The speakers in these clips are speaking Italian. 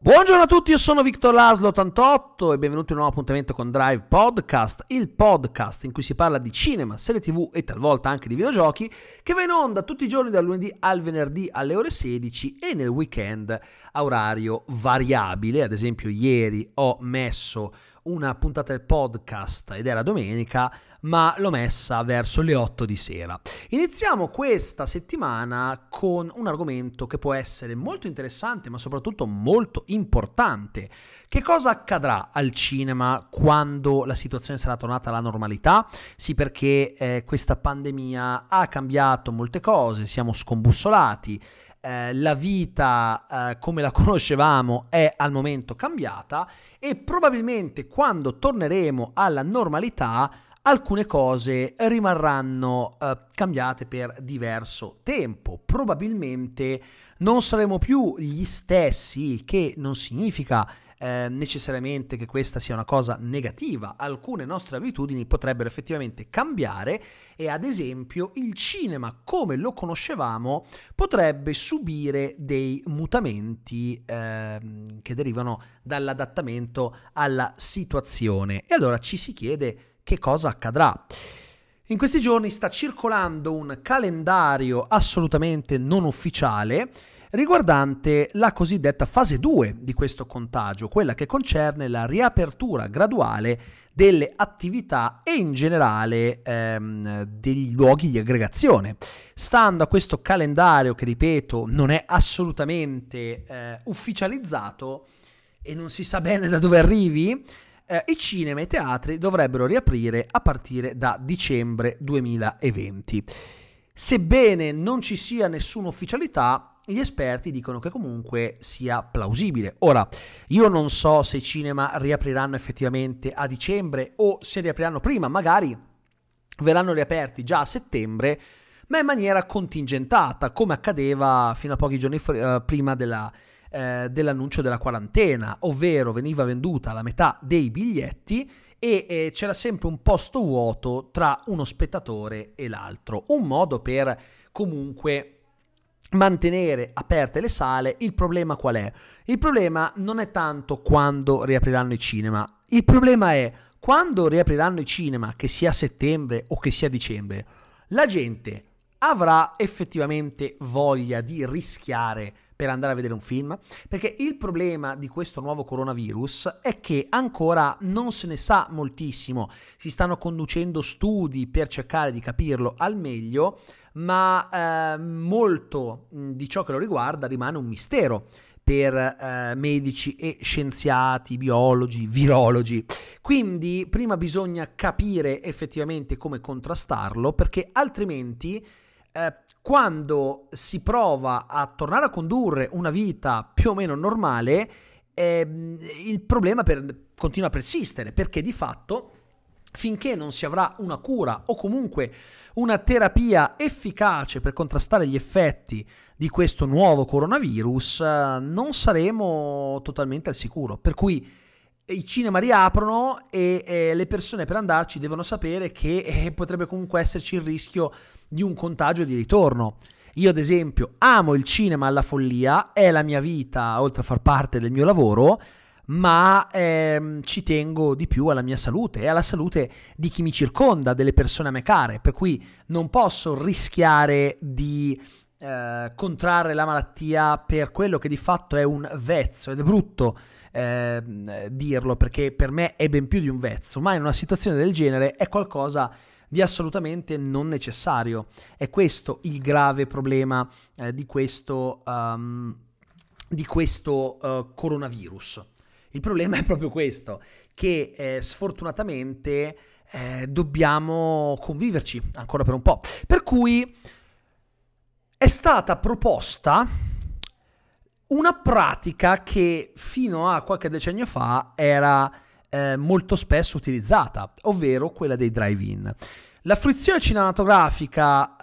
Buongiorno a tutti, io sono Victor Laszlo 88 e benvenuti in un nuovo appuntamento con Drive Podcast, il podcast in cui si parla di cinema, serie TV e talvolta anche di videogiochi, che va in onda tutti i giorni dal lunedì al venerdì alle ore 16 e nel weekend a orario variabile. Ad esempio ieri ho messo una puntata del podcast ed era domenica, ma l'ho messa verso le 8 di sera. Iniziamo questa settimana con un argomento che può essere molto interessante, ma soprattutto molto importante. Che cosa accadrà al cinema quando la situazione sarà tornata alla normalità? Sì, perché questa pandemia ha cambiato molte cose, siamo scombussolati. La vita come la conoscevamo è al momento cambiata e probabilmente quando torneremo alla normalità alcune cose rimarranno cambiate per diverso tempo. Probabilmente non saremo più gli stessi, il che non significa necessariamente che questa sia una cosa negativa. Alcune nostre abitudini potrebbero effettivamente cambiare e ad esempio il cinema come lo conoscevamo potrebbe subire dei mutamenti che derivano dall'adattamento alla situazione. E allora ci si chiede che cosa accadrà. In questi giorni sta circolando un calendario assolutamente non ufficiale riguardante la cosiddetta fase 2 di questo contagio, quella che concerne la riapertura graduale delle attività e in generale degli luoghi di aggregazione. Stando a questo calendario, che ripeto non è assolutamente ufficializzato e non si sa bene da dove arrivi, i cinema e i teatri dovrebbero riaprire a partire da dicembre 2020. Sebbene non ci sia nessuna ufficialità, gli esperti dicono che comunque sia plausibile. Ora, io non so se i cinema riapriranno effettivamente a dicembre o se riapriranno prima, magari verranno riaperti già a settembre, ma in maniera contingentata, come accadeva fino a pochi giorni prima dell'annuncio della quarantena, ovvero veniva venduta la metà dei biglietti e c'era sempre un posto vuoto tra uno spettatore e l'altro, un modo per comunque mantenere aperte le sale. Il problema qual è? Il problema non è tanto quando riapriranno i cinema, il problema è quando riapriranno i cinema, che sia settembre o che sia dicembre, la gente avrà effettivamente voglia di rischiare per andare a vedere un film? Perché il problema di questo nuovo coronavirus è che ancora non se ne sa moltissimo, si stanno conducendo studi per cercare di capirlo al meglio, ma molto di ciò che lo riguarda rimane un mistero per medici e scienziati, biologi, virologi. Quindi prima bisogna capire effettivamente come contrastarlo, perché altrimenti quando si prova a tornare a condurre una vita più o meno normale, il problema continua a persistere, perché di fatto finché non si avrà una cura o comunque una terapia efficace per contrastare gli effetti di questo nuovo coronavirus, non saremo totalmente al sicuro. Per cui i cinema riaprono e le persone per andarci devono sapere che potrebbe comunque esserci il rischio di un contagio di ritorno. Io ad esempio amo il cinema alla follia, è la mia vita oltre a far parte del mio lavoro, ma ci tengo di più alla mia salute e alla salute di chi mi circonda, delle persone a me care, per cui non posso rischiare di contrarre la malattia per quello che di fatto è un vezzo, ed è brutto dirlo perché per me è ben più di un vezzo, ma in una situazione del genere è qualcosa di assolutamente non necessario. È questo il grave problema di questo coronavirus. Il problema è proprio questo, che sfortunatamente dobbiamo conviverci ancora per un po'. Per cui è stata proposta una pratica che fino a qualche decennio fa era molto spesso utilizzata, ovvero quella dei drive-in. La fruizione cinematografica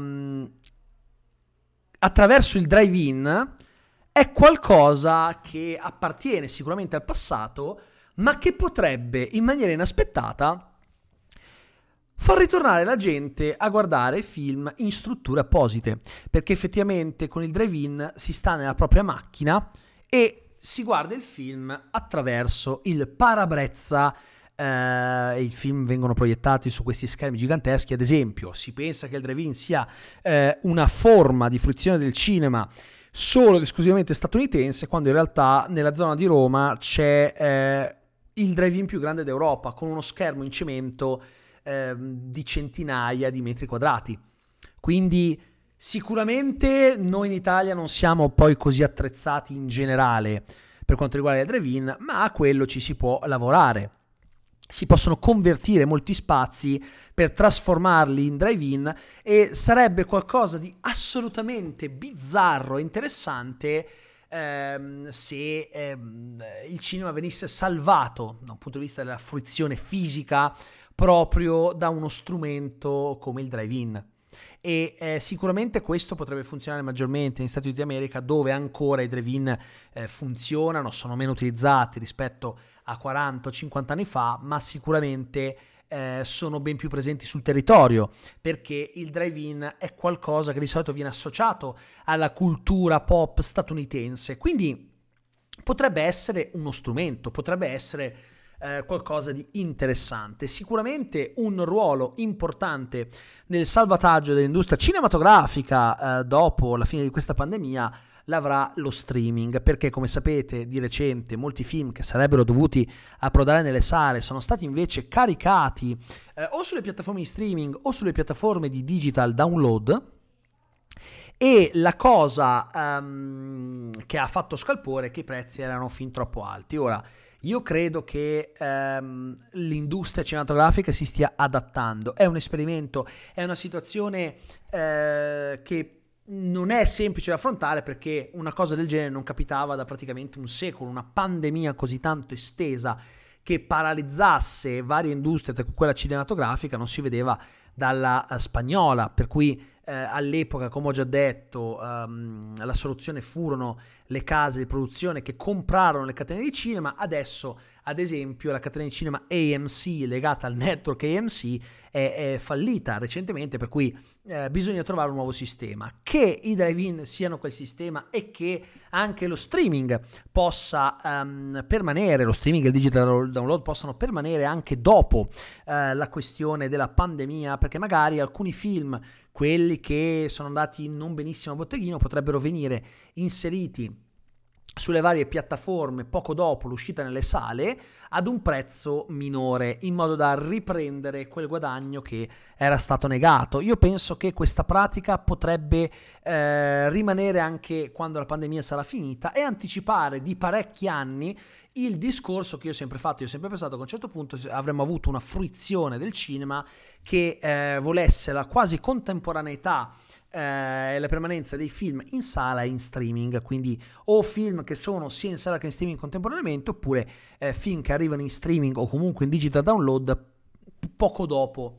attraverso il drive-in è qualcosa che appartiene sicuramente al passato, ma che potrebbe in maniera inaspettata far ritornare la gente a guardare film in strutture apposite, perché effettivamente con il drive-in si sta nella propria macchina e si guarda il film attraverso il parabrezza. I film vengono proiettati su questi schermi giganteschi. Ad esempio, si pensa che il drive-in sia una forma di fruizione del cinema solo ed esclusivamente statunitense, quando in realtà nella zona di Roma c'è il drive-in più grande d'Europa, con uno schermo in cemento di centinaia di metri quadrati. Quindi sicuramente noi in Italia non siamo poi così attrezzati in generale per quanto riguarda il drive-in, ma a quello ci si può lavorare. Si possono convertire molti spazi per trasformarli in drive-in e sarebbe qualcosa di assolutamente bizzarro e interessante se il cinema venisse salvato da un punto di vista della fruizione fisica proprio da uno strumento come il drive-in. E sicuramente questo potrebbe funzionare maggiormente negli Stati Uniti d'America, dove ancora i drive-in funzionano, sono meno utilizzati rispetto a 40 o 50 anni fa, ma sicuramente sono ben più presenti sul territorio, perché il drive-in è qualcosa che di solito viene associato alla cultura pop statunitense, quindi potrebbe essere uno strumento, potrebbe essere qualcosa di interessante. Sicuramente un ruolo importante nel salvataggio dell'industria cinematografica dopo la fine di questa pandemia l'avrà lo streaming, perché come sapete di recente molti film che sarebbero dovuti approdare nelle sale sono stati invece caricati o sulle piattaforme di streaming o sulle piattaforme di digital download. E la cosa che ha fatto scalpore è che i prezzi erano fin troppo alti. Ora, io credo che l'industria cinematografica si stia adattando, è un esperimento, è una situazione che non è semplice da affrontare, perché una cosa del genere non capitava da praticamente un secolo, una pandemia così tanto estesa che paralizzasse varie industrie, tra cui quella cinematografica, non si vedeva dalla spagnola, per cui all'epoca, come ho già detto, la soluzione furono le case di produzione che comprarono le catene di cinema. Adesso, ad esempio, la catena di cinema AMC, legata al network AMC, è fallita recentemente, per cui bisogna trovare un nuovo sistema. Che i drive-in siano quel sistema e che anche lo streaming possa permanere, lo streaming e il digital download possano permanere anche dopo la questione della pandemia, perché magari alcuni film, quelli che sono andati non benissimo a botteghino, potrebbero venire inseriti sulle varie piattaforme poco dopo l'uscita nelle sale ad un prezzo minore, in modo da riprendere quel guadagno che era stato negato. Io penso che questa pratica potrebbe rimanere anche quando la pandemia sarà finita e anticipare di parecchi anni il discorso che io ho sempre fatto. Io ho sempre pensato che a un certo punto avremmo avuto una fruizione del cinema che volesse la quasi contemporaneità e la permanenza dei film in sala e in streaming, quindi o film che sono sia in sala che in streaming contemporaneamente, oppure film che arrivano in streaming o comunque in digital download poco dopo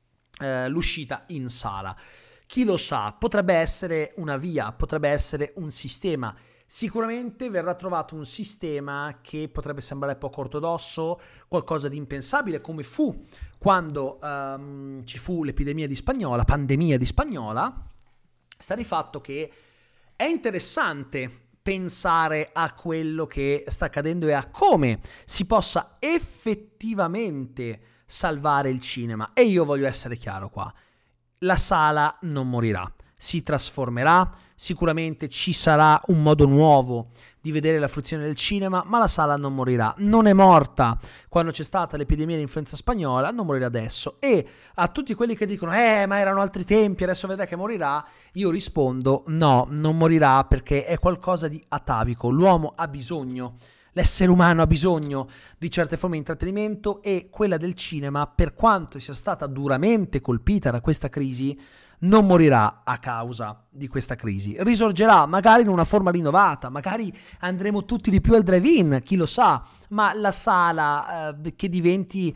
l'uscita in sala. Chi lo sa, potrebbe essere una via, potrebbe essere un sistema. Sicuramente verrà trovato un sistema che potrebbe sembrare poco ortodosso, qualcosa di impensabile, come fu quando ci fu l'epidemia di Spagnola, pandemia di Spagnola. Sta di fatto che è interessante pensare a quello che sta accadendo e a come si possa effettivamente salvare il cinema. E io voglio essere chiaro qua: la sala non morirà, si trasformerà, sicuramente ci sarà un modo nuovo di vedere la fruizione del cinema, ma la sala non morirà. Non è morta quando c'è stata l'epidemia di influenza spagnola, non morirà adesso. E a tutti quelli che dicono ma erano altri tempi, adesso vedrai che morirà, io rispondo no, non morirà, perché è qualcosa di atavico. L'uomo ha bisogno, l'essere umano ha bisogno di certe forme di intrattenimento, e quella del cinema, per quanto sia stata duramente colpita da questa crisi, non morirà a causa di questa crisi. Risorgerà magari in una forma rinnovata, magari andremo tutti di più al drive-in, chi lo sa, ma la sala che diventi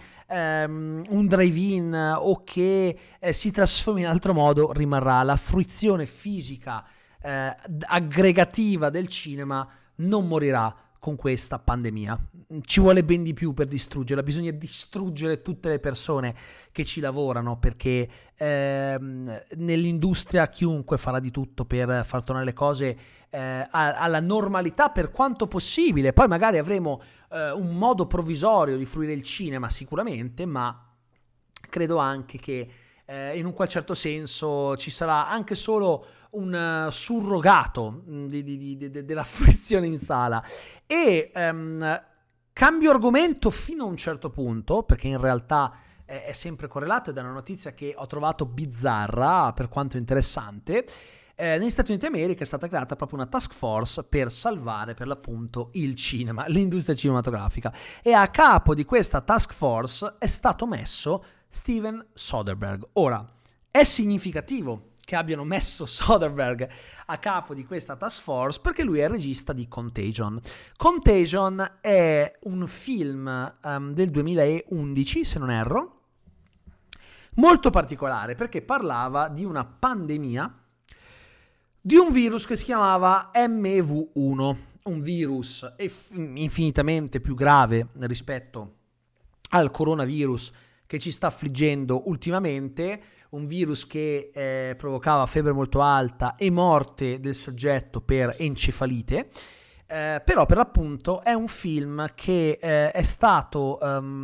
un drive-in o che si trasformi in altro modo rimarrà. La fruizione fisica aggregativa del cinema non morirà con questa pandemia. ci vuole ben di più per distruggerla, bisogna distruggere tutte le persone che ci lavorano, perché nell'industria chiunque farà di tutto per far tornare le cose alla normalità per quanto possibile. Poi magari avremo un modo provvisorio di fruire il cinema sicuramente, ma credo anche che in un qual certo senso ci sarà anche solo un surrogato della fruizione in sala. E cambio argomento fino a un certo punto, perché in realtà è sempre correlato, ed è una notizia che ho trovato bizzarra per quanto interessante. Negli Stati Uniti d'America è stata creata proprio una task force per salvare per l'appunto il cinema, l'industria cinematografica, e a capo di questa task force è stato messo Steven Soderbergh. Ora, è significativo che abbiano messo Soderbergh a capo di questa task force perché lui è il regista di Contagion. Contagion è un film del 2011, se non erro, molto particolare perché parlava di una pandemia di un virus che si chiamava MEV1, un virus infinitamente più grave rispetto al coronavirus che ci sta affliggendo ultimamente, un virus che provocava febbre molto alta e morte del soggetto per encefalite. Però per l'appunto è un film che è stato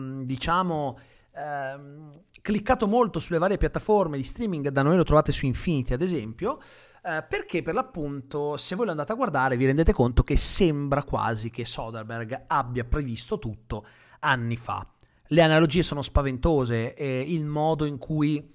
cliccato molto sulle varie piattaforme di streaming. Da noi lo trovate su Infinity ad esempio, perché per l'appunto, se voi lo andate a guardare, vi rendete conto che sembra quasi che Soderbergh abbia previsto tutto anni fa. Le analogie sono spaventose, il modo in cui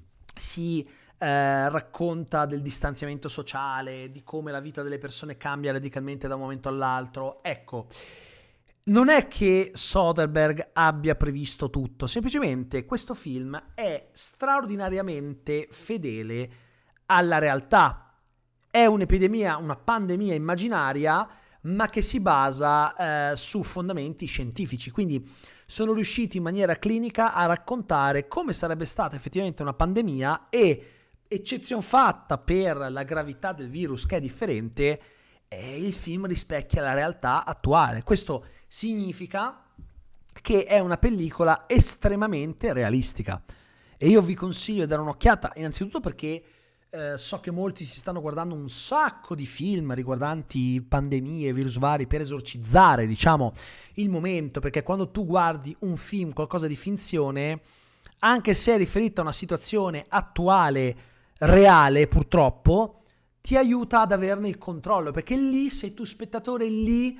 si racconta del distanziamento sociale, di come la vita delle persone cambia radicalmente da un momento all'altro. Ecco, non è che Soderbergh abbia previsto tutto, semplicemente questo film è straordinariamente fedele alla realtà. È un'epidemia, una pandemia immaginaria, ma che si basa su fondamenti scientifici, quindi sono riusciti in maniera clinica a raccontare come sarebbe stata effettivamente una pandemia e, eccezion fatta per la gravità del virus che è differente, il film rispecchia la realtà attuale. Questo significa che è una pellicola estremamente realistica e io vi consiglio di dare un'occhiata, innanzitutto perché so che molti si stanno guardando un sacco di film riguardanti pandemie, virus vari, per esorcizzare, diciamo, il momento, perché quando tu guardi un film, qualcosa di finzione, anche se è riferito a una situazione attuale, reale, purtroppo, ti aiuta ad averne il controllo, perché lì sei tu spettatore, lì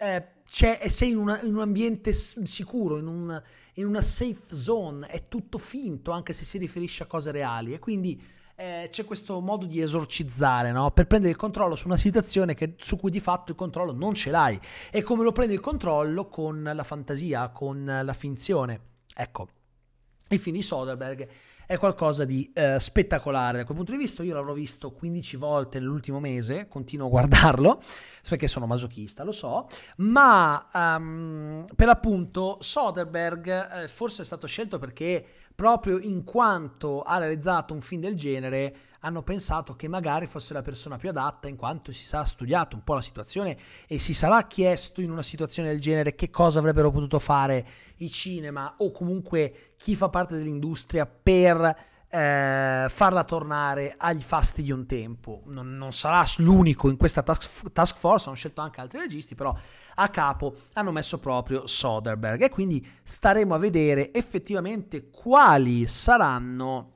sei in un ambiente sicuro, in una safe zone, è tutto finto, anche se si riferisce a cose reali, e quindi c'è questo modo di esorcizzare, no? Per prendere il controllo su una situazione su cui di fatto il controllo non ce l'hai. E come lo prendi il controllo? Con la fantasia, con la finzione. Ecco, il film di Soderbergh è qualcosa di spettacolare da quel punto di vista. Io l'avrò visto 15 volte nell'ultimo mese, continuo a guardarlo perché sono masochista, lo so, ma per l'appunto Soderbergh forse è stato scelto perché proprio in quanto ha realizzato un film del genere hanno pensato che magari fosse la persona più adatta, in quanto si sarà studiato un po' la situazione e si sarà chiesto in una situazione del genere che cosa avrebbero potuto fare i cinema o comunque chi fa parte dell'industria per farla tornare agli fasti di un tempo. Non sarà l'unico in questa task force, hanno scelto anche altri registi, però a capo hanno messo proprio Soderbergh, e quindi staremo a vedere effettivamente quali saranno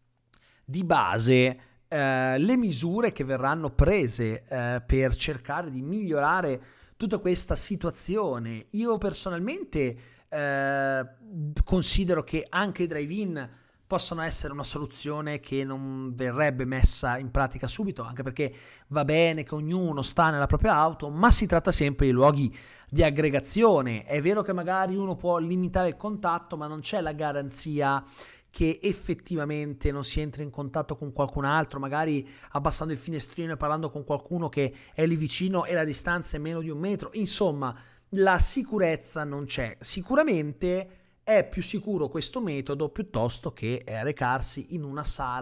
di base le misure che verranno prese per cercare di migliorare tutta questa situazione. Io personalmente considero che anche i drive-in possono essere una soluzione che non verrebbe messa in pratica subito, anche perché va bene che ognuno sta nella propria auto, ma si tratta sempre di luoghi di aggregazione. È vero che magari uno può limitare il contatto, ma non c'è la garanzia che effettivamente non si entri in contatto con qualcun altro, magari abbassando il finestrino e parlando con qualcuno che è lì vicino e la distanza è meno di 1 metro. Insomma, la sicurezza non c'è. Sicuramente è più sicuro questo metodo piuttosto che recarsi in una sala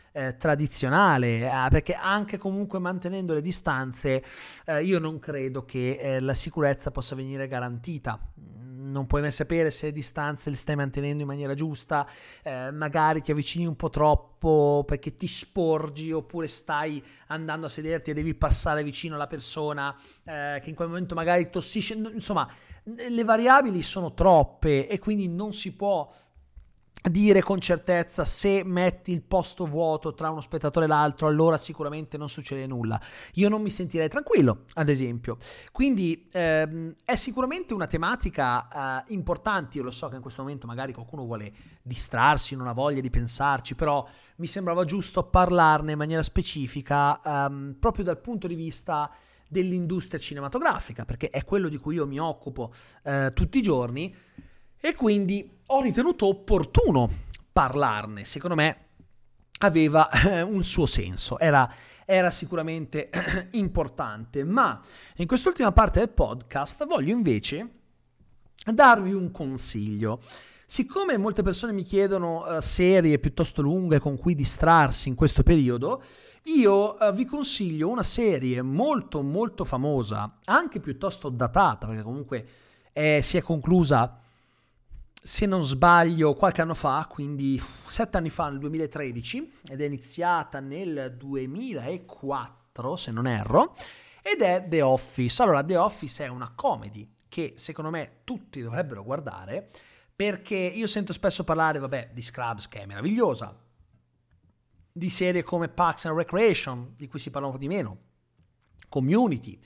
tradizionale, perché anche comunque mantenendo le distanze io non credo che la sicurezza possa venire garantita. Non puoi mai sapere se le distanze le stai mantenendo in maniera giusta, magari ti avvicini un po' troppo perché ti sporgi, oppure stai andando a sederti e devi passare vicino alla persona che in quel momento magari tossisce. Insomma, le variabili sono troppe e quindi non si può dire con certezza: se metti il posto vuoto tra uno spettatore e l'altro allora sicuramente non succede nulla. Io non mi sentirei tranquillo, ad esempio. Quindi è sicuramente una tematica importante. Io lo so che in questo momento magari qualcuno vuole distrarsi, non ha voglia di pensarci, però mi sembrava giusto parlarne in maniera specifica proprio dal punto di vista dell'industria cinematografica, perché è quello di cui io mi occupo tutti i giorni, e quindi ho ritenuto opportuno parlarne. Secondo me aveva un suo senso, era sicuramente importante. Ma in quest'ultima parte del podcast voglio invece darvi un consiglio. Siccome molte persone mi chiedono serie piuttosto lunghe con cui distrarsi in questo periodo, io vi consiglio una serie molto molto famosa, anche piuttosto datata, perché comunque si è conclusa, se non sbaglio, qualche anno fa, quindi 7 anni fa, nel 2013, ed è iniziata nel 2004, se non erro, ed è The Office. Allora, The Office è una comedy che secondo me tutti dovrebbero guardare, perché io sento spesso parlare, di Scrubs, che è meravigliosa, di serie come Parks and Recreation, di cui si parla un po' di meno, Community,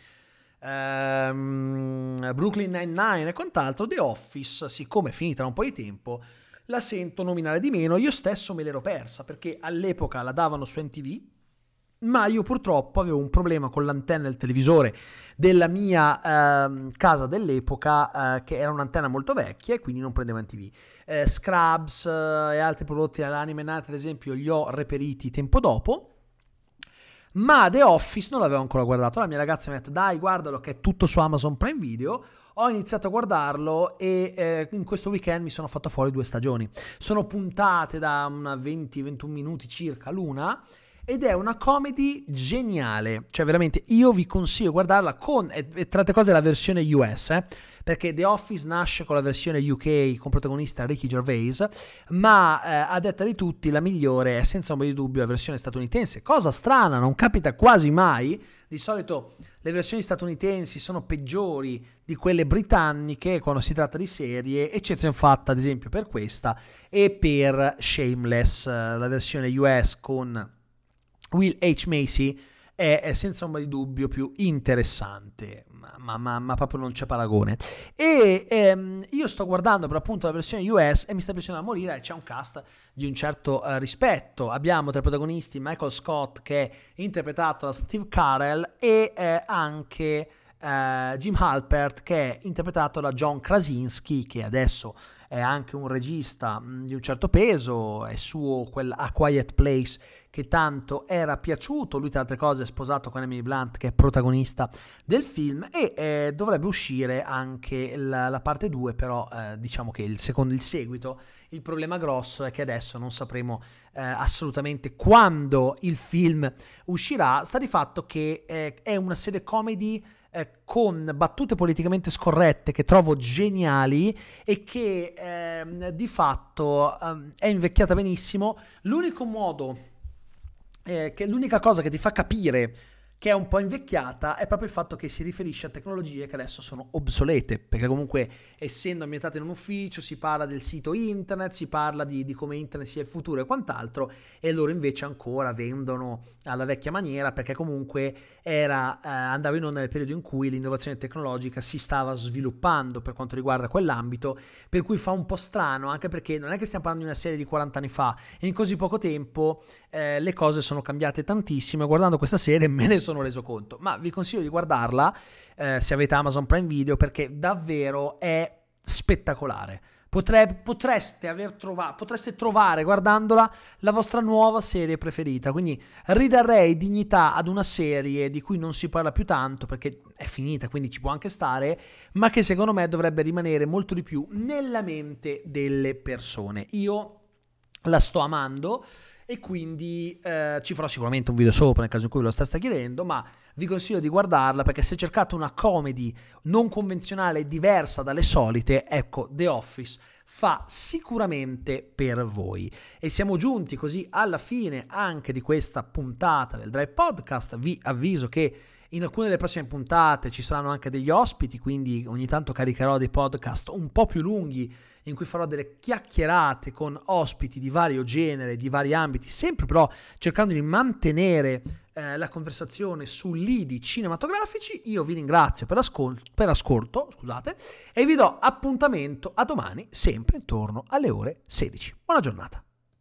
Brooklyn Nine-Nine e quant'altro. The Office, siccome è finita da un po' di tempo, la sento nominare di meno. Io stesso me l'ero persa perché all'epoca la davano su MTV, ma io purtroppo avevo un problema con l'antenna del televisore della mia casa dell'epoca, che era un'antenna molto vecchia e quindi non prendeva MTV. Scrubs e altri prodotti dell'Anime Night, ad esempio, li ho reperiti tempo dopo, ma The Office non l'avevo ancora guardato. La mia ragazza mi ha detto: dai, guardalo, che è tutto su Amazon Prime Video. Ho iniziato a guardarlo e in questo weekend mi sono fatto fuori 2 stagioni. Sono puntate da una 20-21 minuti circa l'una, ed è una comedy geniale. Cioè veramente io vi consiglio di guardarla con, tra altre cose, la versione US, perché The Office nasce con la versione UK con protagonista Ricky Gervais, ma a detta di tutti la migliore è senza ombra di dubbio la versione statunitense. Cosa strana, non capita quasi mai. Di solito le versioni statunitensi sono peggiori di quelle britanniche quando si tratta di serie, eccezione fatta ad esempio per questa e per Shameless. La versione US con Will H. Macy è senza ombra di dubbio più interessante, ma proprio non c'è paragone. E io sto guardando per appunto la versione US e mi sta piacendo da morire. C'è un cast di un certo rispetto. Abbiamo tra i protagonisti Michael Scott, che è interpretato da Steve Carell, e anche Jim Halpert, che è interpretato da John Krasinski, che adesso è anche un regista di un certo peso. È suo quel A Quiet Place che tanto era piaciuto. Lui, tra altre cose, è sposato con Emily Blunt, che è protagonista del film, e dovrebbe uscire anche la parte 2, però diciamo che il seguito. Il problema grosso è che adesso non sapremo assolutamente quando il film uscirà. Sta di fatto che è una serie comedy con battute politicamente scorrette che trovo geniali e che di fatto è invecchiata benissimo. L'unica cosa che ti fa capire che è un po' invecchiata è proprio il fatto che si riferisce a tecnologie che adesso sono obsolete, perché comunque, essendo ambientate in un ufficio, si parla del sito internet, si parla di come internet sia il futuro e quant'altro, e loro invece ancora vendono alla vecchia maniera, perché comunque andava in onda nel periodo in cui l'innovazione tecnologica si stava sviluppando per quanto riguarda quell'ambito, per cui fa un po' strano, anche perché non è che stiamo parlando di una serie di 40 anni fa, e in così poco tempo le cose sono cambiate tantissimo, e guardando questa serie me ne sono reso conto. Ma vi consiglio di guardarla se avete Amazon Prime Video, perché davvero è spettacolare. Potreste trovare guardandola la vostra nuova serie preferita. Quindi ridarei dignità ad una serie di cui non si parla più tanto perché è finita, quindi ci può anche stare, ma che secondo me dovrebbe rimanere molto di più nella mente delle persone. Io la sto amando e quindi ci farò sicuramente un video sopra nel caso in cui ve lo stai chiedendo, ma vi consiglio di guardarla perché se cercate una comedy non convenzionale e diversa dalle solite, ecco, The Office fa sicuramente per voi. E siamo giunti così alla fine anche di questa puntata del Drive Podcast. Vi avviso che in alcune delle prossime puntate ci saranno anche degli ospiti, quindi ogni tanto caricherò dei podcast un po' più lunghi in cui farò delle chiacchierate con ospiti di vario genere, di vari ambiti, sempre però cercando di mantenere la conversazione su lidi cinematografici. Io vi ringrazio per ascolto, scusate, e vi do appuntamento a domani, sempre intorno alle ore 16. Buona giornata.